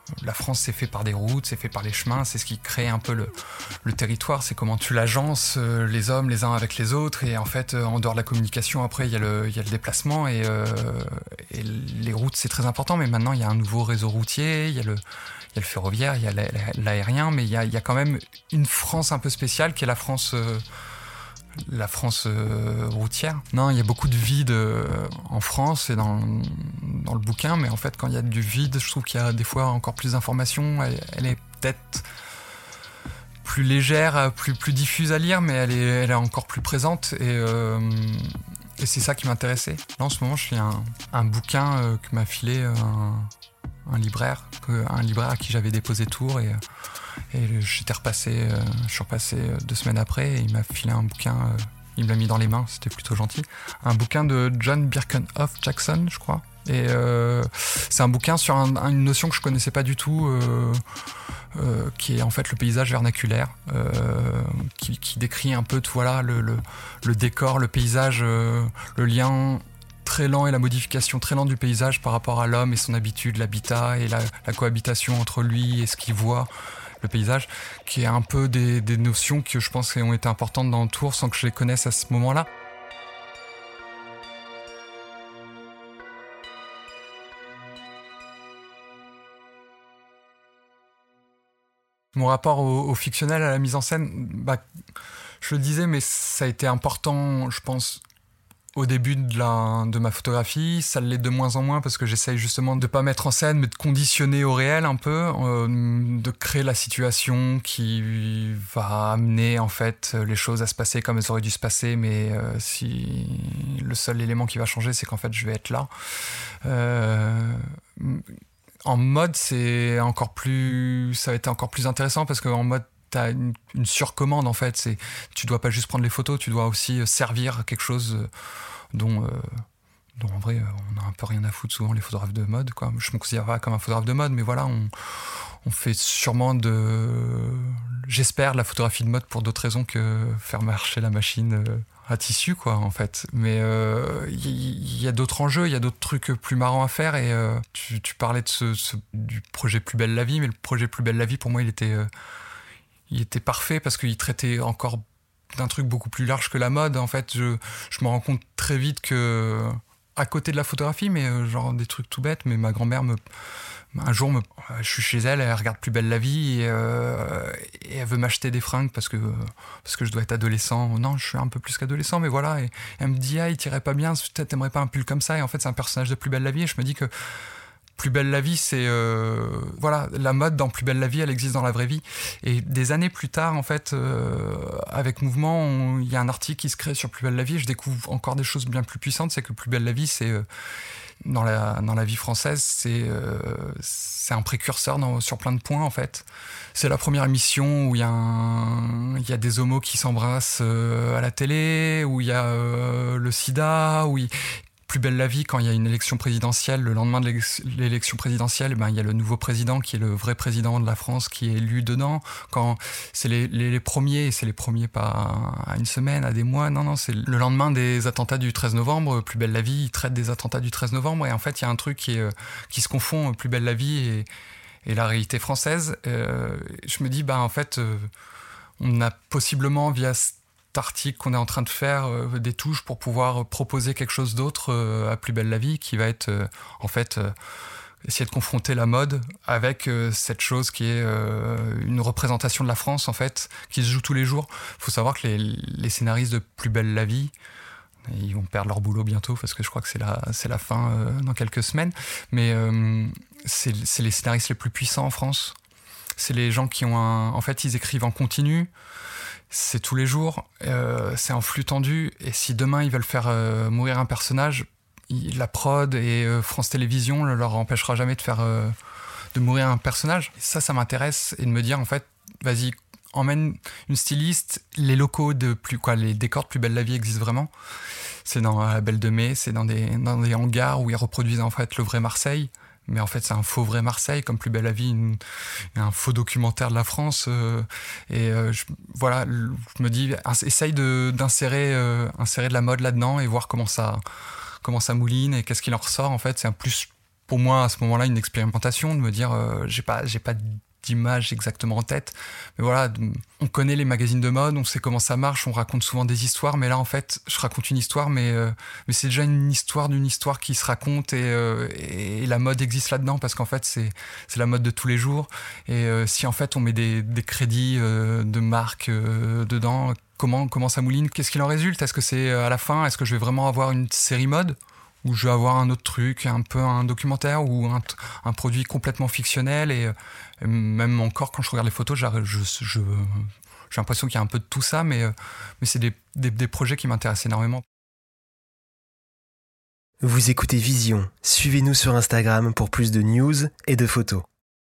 la France, c'est fait par des routes, c'est fait par les chemins, c'est ce qui crée un peu le, le territoire, c'est comment tu l'agences, euh, les hommes les uns avec les autres, et en fait, euh, en dehors de la communication, après, il y a le, il y a le déplacement, et, euh, et les routes, c'est très important, mais maintenant, il y a un nouveau réseau routier, il y a le, il y a le ferroviaire, il y a l'aérien, mais il y a, il y a quand même une France un peu spéciale, qui est la France... Euh, la France euh, routière. Non, il y a beaucoup de vide euh, en France et dans, dans le bouquin, mais en fait, quand il y a du vide, je trouve qu'il y a des fois encore plus d'informations. Elle, elle est peut-être plus légère, plus, plus diffuse à lire, mais elle est, elle est encore plus présente et, euh, et c'est ça qui m'intéressait. Là, en ce moment, je lis un, un bouquin euh, que m'a filé un, un libraire, que, un libraire à qui j'avais déposé Tours et Et j'étais repassé, euh, je suis repassé deux semaines après et il m'a filé un bouquin, euh, il me l'a mis dans les mains, c'était plutôt gentil. Un bouquin de John Birkenhoff Jackson, je crois. Et euh, c'est un bouquin sur un, une notion que je connaissais pas du tout, euh, euh, qui est en fait le paysage vernaculaire, euh, qui, qui décrit un peu tout, voilà, le, le, le décor, le paysage, euh, le lien très lent et la modification très lente du paysage par rapport à l'homme et son habitude, l'habitat et la, la cohabitation entre lui et ce qu'il voit. Le paysage, qui est un peu des, des notions que je pense ont été importantes dans Tours sans que je les connaisse à ce moment-là. Mon rapport au, au fictionnel, à la mise en scène, bah, je le disais, mais ça a été important, je pense, au début de, la, de ma photographie. Ça l'est de moins en moins parce que j'essaye justement de ne pas mettre en scène, mais de conditionner au réel un peu, euh, de créer la situation qui va amener en fait les choses à se passer comme elles auraient dû se passer, mais euh, si le seul élément qui va changer, c'est qu'en fait je vais être là. Euh, en mode, c'est encore plus, ça a été encore plus intéressant parce qu'en mode t'as une, une surcommande en fait, c'est, tu dois pas juste prendre les photos, tu dois aussi servir quelque chose dont, euh, dont en vrai on a un peu rien à foutre souvent les photographes de mode, quoi. Je me considère pas comme un photographe de mode, mais voilà, on, on fait sûrement de, j'espère, de la photographie de mode pour d'autres raisons que faire marcher la machine à tissu, quoi, en fait. Mais il euh, y, y a d'autres enjeux, il y a d'autres trucs plus marrants à faire, et euh, tu, tu parlais de ce, ce, du projet Plus belle la vie, mais le projet Plus belle la vie, pour moi, il était... Euh, il était parfait parce qu'il traitait encore d'un truc beaucoup plus large que la mode. En fait, je, je me rends compte très vite que, à côté de la photographie, mais euh, genre des trucs tout bêtes, mais ma grand-mère, me, un jour, me, je suis chez elle, elle regarde Plus belle la vie, et, euh, et elle veut m'acheter des fringues parce que, parce que je dois être adolescent. Non, je suis un peu plus qu'adolescent, mais voilà. Et, et elle me dit, ah, il t'irait pas bien, peut-être t'aimerais pas un pull comme ça. Et en fait, c'est un personnage de Plus belle la vie, et je me dis que Plus belle la vie, c'est... Euh, voilà, la mode dans Plus belle la vie, elle existe dans la vraie vie. Et des années plus tard, en fait, euh, avec Mouvement, il y a un article qui se crée sur Plus belle la vie, et je découvre encore des choses bien plus puissantes. C'est que Plus belle la vie, c'est... Euh, dans, la, dans la vie française, c'est, euh, c'est un précurseur dans, sur plein de points, en fait. C'est la première émission où il y a, un, il y a des homos qui s'embrassent euh, à la télé, où il y a euh, le sida, où il... Plus belle la vie, quand il y a une élection présidentielle, le lendemain de l'élection présidentielle, ben, il y a le nouveau président qui est le vrai président de la France qui est élu dedans. Quand c'est les, les, les premiers, et c'est les premiers pas à une semaine, à des mois, non, non, c'est le lendemain des attentats du treize novembre. Plus belle la vie, il traite des attentats du treize novembre, et en fait, il y a un truc qui, est, qui se confond, Plus belle la vie et, et la réalité française. Euh, je me dis, ben, en fait, euh, on a possiblement, via article qu'on est en train de faire, euh, des touches pour pouvoir proposer quelque chose d'autre euh, à Plus belle la vie, qui va être euh, en fait euh, essayer de confronter la mode avec euh, cette chose qui est euh, une représentation de la France, en fait, qui se joue tous les jours. Il faut savoir que les, les scénaristes de Plus belle la vie, ils vont perdre leur boulot bientôt parce que je crois que c'est la, c'est la fin euh, dans quelques semaines, mais euh, c'est, c'est les scénaristes les plus puissants en France. C'est les gens qui ont un... En fait, ils écrivent en continu, c'est tous les jours, euh, c'est en flux tendu, et si demain ils veulent faire euh, mourir un personnage, il, la prod et euh, France Télévisions ne leur empêchera jamais de faire euh, de mourir un personnage. Et ça, ça m'intéresse, et de me dire, en fait, vas-y, emmène une styliste, les locaux de plus quoi, les décors de Plus belle la vie existent vraiment. C'est dans la Belle de Mai, c'est dans des, dans des hangars où ils reproduisent en fait le vrai Marseille. Mais en fait, c'est un faux vrai Marseille, comme Plus belle la vie, une, un faux documentaire de la France. Euh, et euh, je, voilà, je me dis, essaye de, d'insérer euh, insérer de la mode là-dedans et voir comment ça, comment ça mouline et qu'est-ce qu'il en ressort. En fait, c'est un plus pour moi à ce moment-là une expérimentation, de me dire euh, j'ai pas j'ai pas d'image exactement en tête, mais voilà, on connaît les magazines de mode, on sait comment ça marche, on raconte souvent des histoires, mais là en fait je raconte une histoire, mais euh, mais c'est déjà une histoire d'une histoire qui se raconte, et, euh, et la mode existe là-dedans, parce qu'en fait c'est c'est la mode de tous les jours, et euh, si en fait on met des des crédits euh, de marque euh, dedans, comment comment ça mouline, qu'est-ce qu'il en résulte, est-ce que c'est à la fin, est-ce que je vais vraiment avoir une série mode, ou je vais avoir un autre truc, un peu un documentaire, ou un, un produit complètement fictionnel, et, et même encore quand je regarde les photos, je, je, je, j'ai l'impression qu'il y a un peu de tout ça, mais, mais c'est des, des, des projets qui m'intéressent énormément. Vous écoutez Vision, suivez-nous sur Instagram pour plus de news et de photos.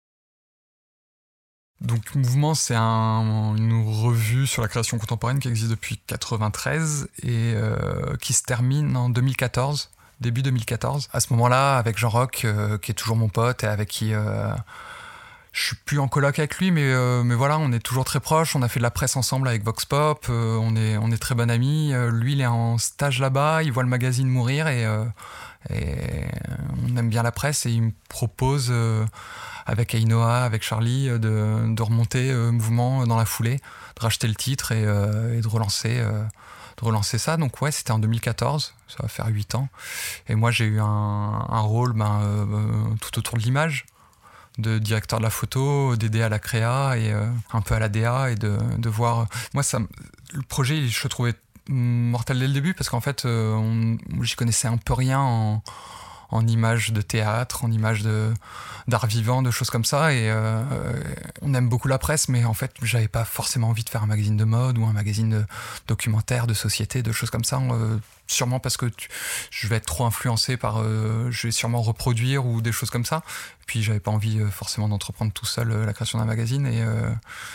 Donc Mouvement, c'est un, une revue sur la création contemporaine qui existe depuis quatre-vingt-treize et euh, qui se termine en deux mille quatorze. Début deux mille quatorze. À ce moment-là, avec Jean Roch, euh, qui est toujours mon pote et avec qui euh, je suis plus en coloc avec lui, mais, euh, mais voilà, on est toujours très proches. On a fait de la presse ensemble avec Vox Pop. Euh, on est, on est très bons amis. Euh, lui, il est en stage là-bas. Il voit le magazine mourir et, euh, et on aime bien la presse. Et il me propose, euh, avec Ainoa, avec Charlie, de, de remonter euh, Mouvement dans la foulée, de racheter le titre et, euh, et de relancer. Euh, de relancer ça, donc ouais, c'était en deux mille quatorze, ça va faire huit ans, et moi j'ai eu un, un rôle ben, euh, tout autour de l'image, de directeur de la photo, d'aider à la créa et euh, un peu à la D A, et de, de voir, moi ça, le projet je le trouvais mortel dès le début, parce qu'en fait euh, on, j'y connaissais un peu rien en, en images de théâtre, en images de, d'art vivant, de choses comme ça, et euh, on aime beaucoup la presse, mais en fait j'avais pas forcément envie de faire un magazine de mode ou un magazine de documentaire, de société, de choses comme ça, euh, sûrement parce que tu, je vais être trop influencé par, euh, je vais sûrement reproduire ou des choses comme ça, puis j'avais pas envie euh, forcément d'entreprendre tout seul euh, la création d'un magazine, et, euh,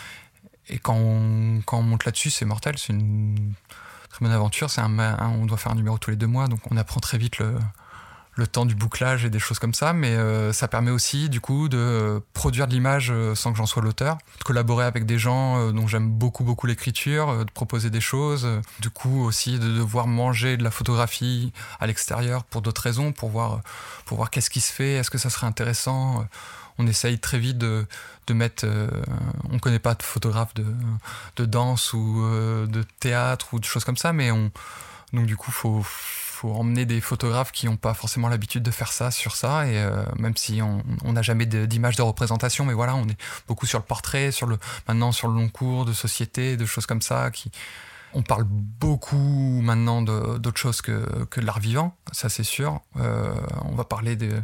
et quand, on, quand on monte là-dessus, c'est mortel, c'est une très bonne aventure, c'est un, un, on doit faire un numéro tous les deux mois, donc on apprend très vite le le temps du bouclage et des choses comme ça, mais euh, ça permet aussi du coup de euh, produire de l'image euh, sans que j'en sois l'auteur, de collaborer avec des gens euh, dont j'aime beaucoup beaucoup l'écriture, euh, de proposer des choses, euh, du coup aussi de devoir manger de la photographie à l'extérieur pour d'autres raisons, pour voir, pour voir qu'est-ce qui se fait, est-ce que ça serait intéressant. On essaye très vite de, de mettre... Euh, on connaît pas de photographe de, de danse ou euh, de théâtre ou de choses comme ça, mais on, donc du coup faut... faut emmener des photographes qui n'ont pas forcément l'habitude de faire ça sur ça, et euh, même si on n'a jamais de, d'image de représentation, mais voilà, on est beaucoup sur le portrait, sur le, maintenant sur le long cours de société, de choses comme ça. Qui, on parle beaucoup maintenant de, d'autres choses que, que de l'art vivant, ça c'est sûr. Euh, on va parler de, de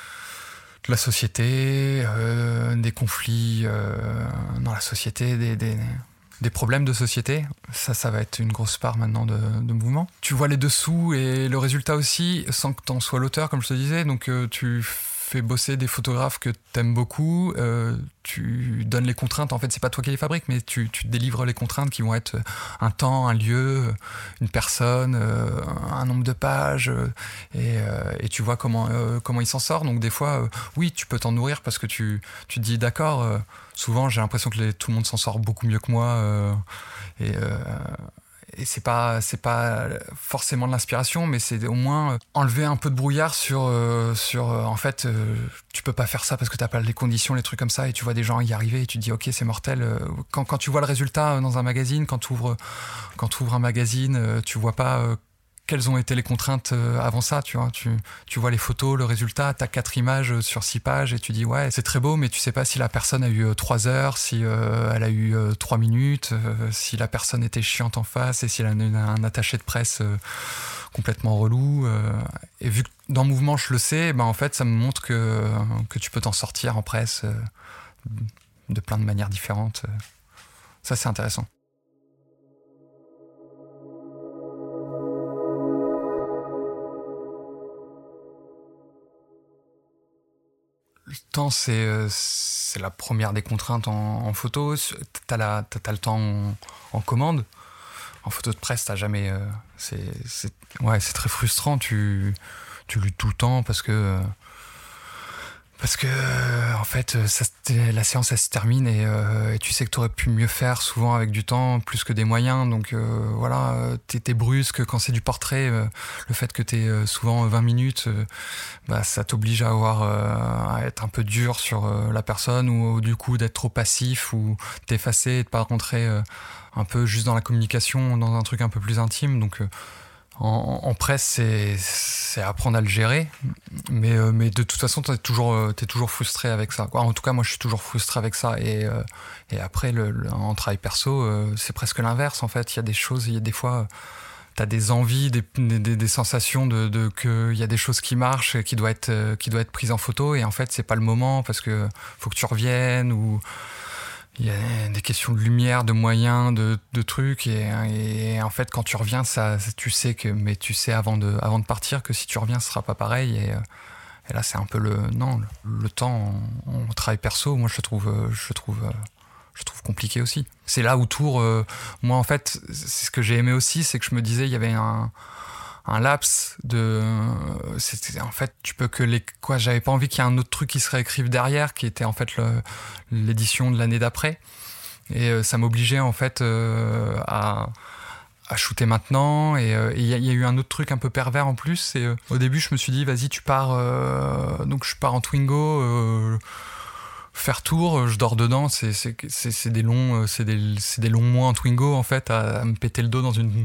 la société, euh, des conflits euh, dans la société, des... des des problèmes de société, ça, ça va être une grosse part maintenant de, de Mouvement. Tu vois les dessous et le résultat aussi, sans que t'en sois l'auteur, comme je te disais, donc euh, tu fais bosser des photographes que t'aimes beaucoup, euh, tu donnes les contraintes, en fait c'est pas toi qui les fabriques, mais tu, tu délivres les contraintes qui vont être un temps, un lieu, une personne, euh, un nombre de pages, euh, et, euh, et tu vois comment, euh, comment il s'en sort. Donc des fois, euh, oui, tu peux t'en nourrir parce que tu, tu te dis d'accord, euh, souvent j'ai l'impression que les, tout le monde s'en sort beaucoup mieux que moi, euh, et... Euh, Et c'est pas, c'est pas forcément de l'inspiration, mais c'est au moins enlever un peu de brouillard sur, euh, sur euh, en fait, euh, tu peux pas faire ça parce que t'as pas les conditions, les trucs comme ça, et tu vois des gens y arriver et tu te dis ok, c'est mortel. Quand, quand tu vois le résultat dans un magazine, quand tu ouvres, quand tu ouvres un magazine, tu vois pas euh, quelles ont été les contraintes avant ça, tu vois. Tu, tu vois les photos, le résultat, t'as quatre images sur six pages et tu dis ouais, c'est très beau, mais tu sais pas si la personne a eu trois heures, si euh, elle a eu euh, trois minutes, euh, si la personne était chiante en face et si elle a un, un attaché de presse euh, complètement relou. Euh, et vu que dans Mouvement, je le sais, ben en fait, ça me montre que, que tu peux t'en sortir en presse euh, de plein de manières différentes. Ça, c'est intéressant. Le temps, c'est, c'est la première des contraintes en, en photo. T'as, la, t'as, t'as le temps en, en commande. En photo de presse, t'as jamais... Euh, c'est, c'est, ouais, c'est très frustrant. Tu, tu luttes tout le temps parce que... Parce que, euh, en fait, ça, la séance, elle se termine et, euh, et tu sais que tu aurais pu mieux faire, souvent avec du temps, plus que des moyens. Donc euh, voilà, t'es, t'es brusque. Quand c'est du portrait, euh, le fait que t'es euh, souvent vingt minutes, euh, bah, ça t'oblige à, avoir, euh, à être un peu dur sur euh, la personne ou du coup d'être trop passif ou t'effacer et de pas rentrer euh, un peu juste dans la communication, dans un truc un peu plus intime. Donc euh, En, en presse, c'est, c'est apprendre à le gérer, mais, euh, mais de toute façon, t'es toujours, t'es toujours frustré avec ça. En tout cas, moi, je suis toujours frustré avec ça. Et, euh, et après, le, le, en travail perso, euh, c'est presque l'inverse, en fait. Il y a des choses, il y a des fois, euh, t'as des envies, des, des, des sensations de, de qu'il y a des choses qui marchent, qui doivent être, euh, qui doivent être prises en photo, et en fait, c'est pas le moment parce que faut que tu reviennes ou... Il y a des questions de lumière, de moyens, de, de trucs et, et en fait quand tu reviens, ça, tu sais que, mais tu sais avant de, avant de partir que si tu reviens, ce sera pas pareil et, et là c'est un peu le non le, le temps en, en travail perso. Moi je trouve, je trouve, je trouve compliqué aussi. C'est là où Tours, euh, moi en fait, c'est ce que j'ai aimé aussi, c'est que je me disais il y avait un un laps de c'était en fait tu peux que les quoi j'avais pas envie qu'il y ait un autre truc qui se réécrive derrière qui était en fait le, l'édition de l'année d'après et euh, ça m'obligeait en fait euh, à à shooter maintenant et il euh, y, y a eu un autre truc un peu pervers en plus c'est euh, au début je me suis dit vas-y tu pars euh, donc je pars en Twingo euh, faire Tours, je dors dedans, c'est, c'est, c'est, c'est, des longs, c'est, des, c'est des longs mois en Twingo en fait, à, à me péter le dos dans une,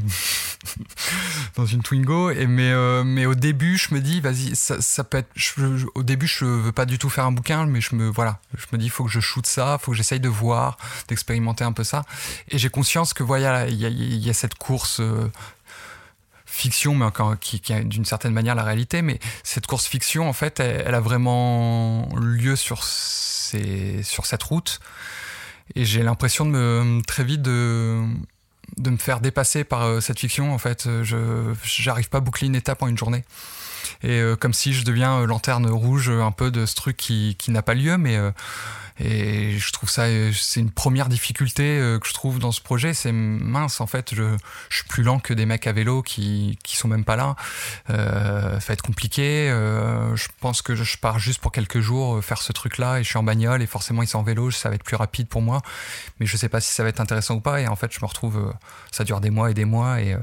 dans une Twingo. Et mais, euh, mais au début, je me dis, vas-y, ça, ça peut être. Je, je, au début, je veux pas du tout faire un bouquin, mais je me, voilà, je me dis, il faut que je shoote ça, il faut que j'essaye de voir, d'expérimenter un peu ça. Et j'ai conscience que voilà, il y a, y a cette course. Euh, fiction mais encore qui, qui a d'une certaine manière la réalité, mais cette course fiction en fait elle, elle a vraiment lieu sur ces, sur cette route et j'ai l'impression de me très vite de de me faire dépasser par cette fiction en fait. Je j'arrive pas à boucler une étape en une journée et euh, comme si je deviens euh, lanterne rouge un peu de ce truc qui qui n'a pas lieu, mais euh, et je trouve ça c'est une première difficulté euh, que je trouve dans ce projet, c'est mince en fait je je suis plus lent que des mecs à vélo qui qui sont même pas là, euh, ça va être compliqué, euh, je pense que je pars juste pour quelques jours euh, faire ce truc là et je suis en bagnole et forcément ils sont en vélo, ça va être plus rapide pour moi, mais je sais pas si ça va être intéressant ou pas et en fait je me retrouve euh, ça dure des mois et des mois et euh,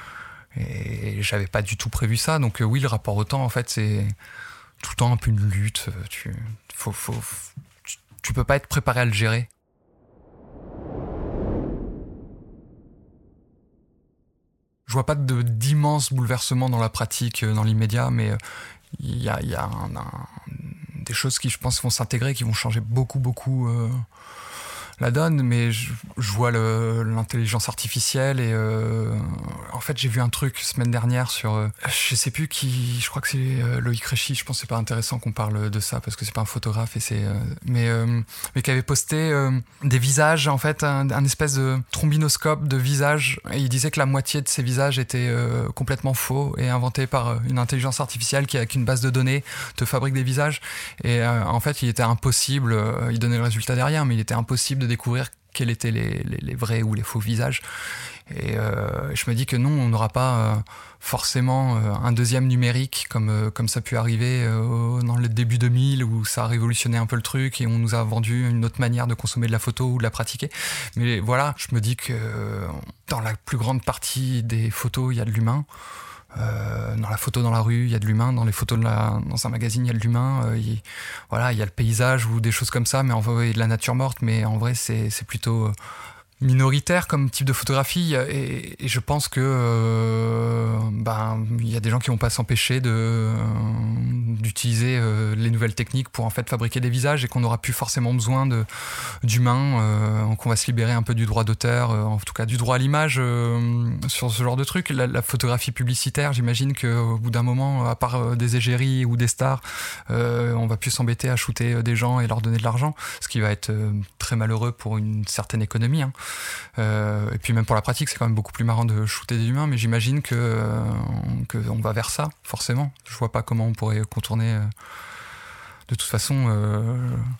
et j'avais pas du tout prévu ça, donc euh, oui le rapport au temps en fait c'est tout le temps un peu une lutte, tu faut faut tu, tu peux pas être préparé à le gérer. Je vois pas de, d'immenses bouleversements dans la pratique dans l'immédiat, mais il y a, y a un, un, des choses qui je pense vont s'intégrer, qui vont changer beaucoup beaucoup euh, la donne, mais je, je vois le, l'intelligence artificielle et euh, en fait j'ai vu un truc semaine dernière sur euh, je sais plus qui, je crois que c'est euh, Loïc Réchy, je pense que c'est pas intéressant qu'on parle de ça parce que c'est pas un photographe et c'est euh, mais euh, mais qui avait posté euh, des visages en fait un, un espèce de trombinoscope de visages et il disait que la moitié de ces visages étaient euh, complètement faux et inventés par une intelligence artificielle qui avec une base de données te fabrique des visages et euh, en fait il était impossible, euh, il donnait le résultat derrière, mais il était impossible de découvrir quels étaient les, les, les vrais ou les faux visages. Et euh, je me dis que non, on n'aura pas euh, forcément euh, un deuxième numérique comme, euh, comme ça a pu arriver euh, dans le début deux mille où ça a révolutionné un peu le truc et on nous a vendu une autre manière de consommer de la photo ou de la pratiquer. Mais voilà, je me dis que euh, dans la plus grande partie des photos, il y a de l'humain. Euh, dans la photo dans la rue, il y a de l'humain. Dans les photos de la, dans un magazine, il y a de l'humain. Euh, il, voilà, il y a le paysage ou des choses comme ça, mais en vrai, de la nature morte. Mais en vrai, c'est, c'est plutôt minoritaire comme type de photographie. Et, et je pense que euh, ben, il y a des gens qui vont pas s'empêcher de, euh, d'utiliser euh, les nouvelles techniques pour en fait fabriquer des visages et qu'on n'aura plus forcément besoin de, d'humains. Euh, qu'on va se libérer un peu du droit d'auteur, euh, en tout cas du droit à l'image euh, sur ce genre de truc. La, la photographie publicitaire, j'imagine qu'au bout d'un moment, à part euh, des égéries ou des stars, euh, on va plus s'embêter à shooter des gens et leur donner de l'argent, ce qui va être euh, très malheureux pour une certaine économie. Hein. Euh, et puis même pour la pratique, c'est quand même beaucoup plus marrant de shooter des humains, mais j'imagine que, euh, que on va vers ça, forcément. Je vois pas comment on pourrait contourner. Euh, de toute façon, euh,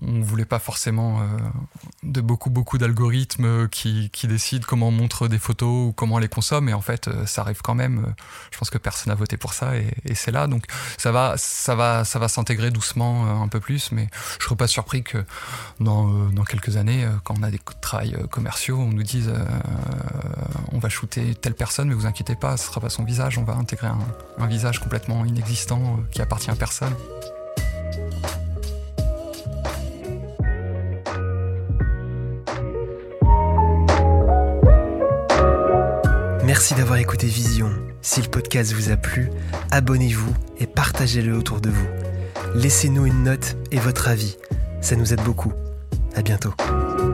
on voulait pas forcément euh, de beaucoup beaucoup d'algorithmes qui, qui décident comment on montre des photos ou comment on les consomme, et en fait euh, ça arrive quand même. Je pense que personne n'a voté pour ça, et, et c'est là, donc ça va ça va ça va s'intégrer doucement euh, un peu plus, mais je serais pas surpris que dans euh, dans quelques années, euh, quand on a des travails euh, commerciaux, on nous dise euh, on va shooter telle personne, mais vous inquiétez pas, ce sera pas son visage, on va intégrer un, un visage complètement inexistant euh, qui appartient à personne. Merci d'avoir écouté Vision. Si le podcast vous a plu, abonnez-vous et partagez-le autour de vous. Laissez-nous une note et votre avis. Ça nous aide beaucoup. À bientôt.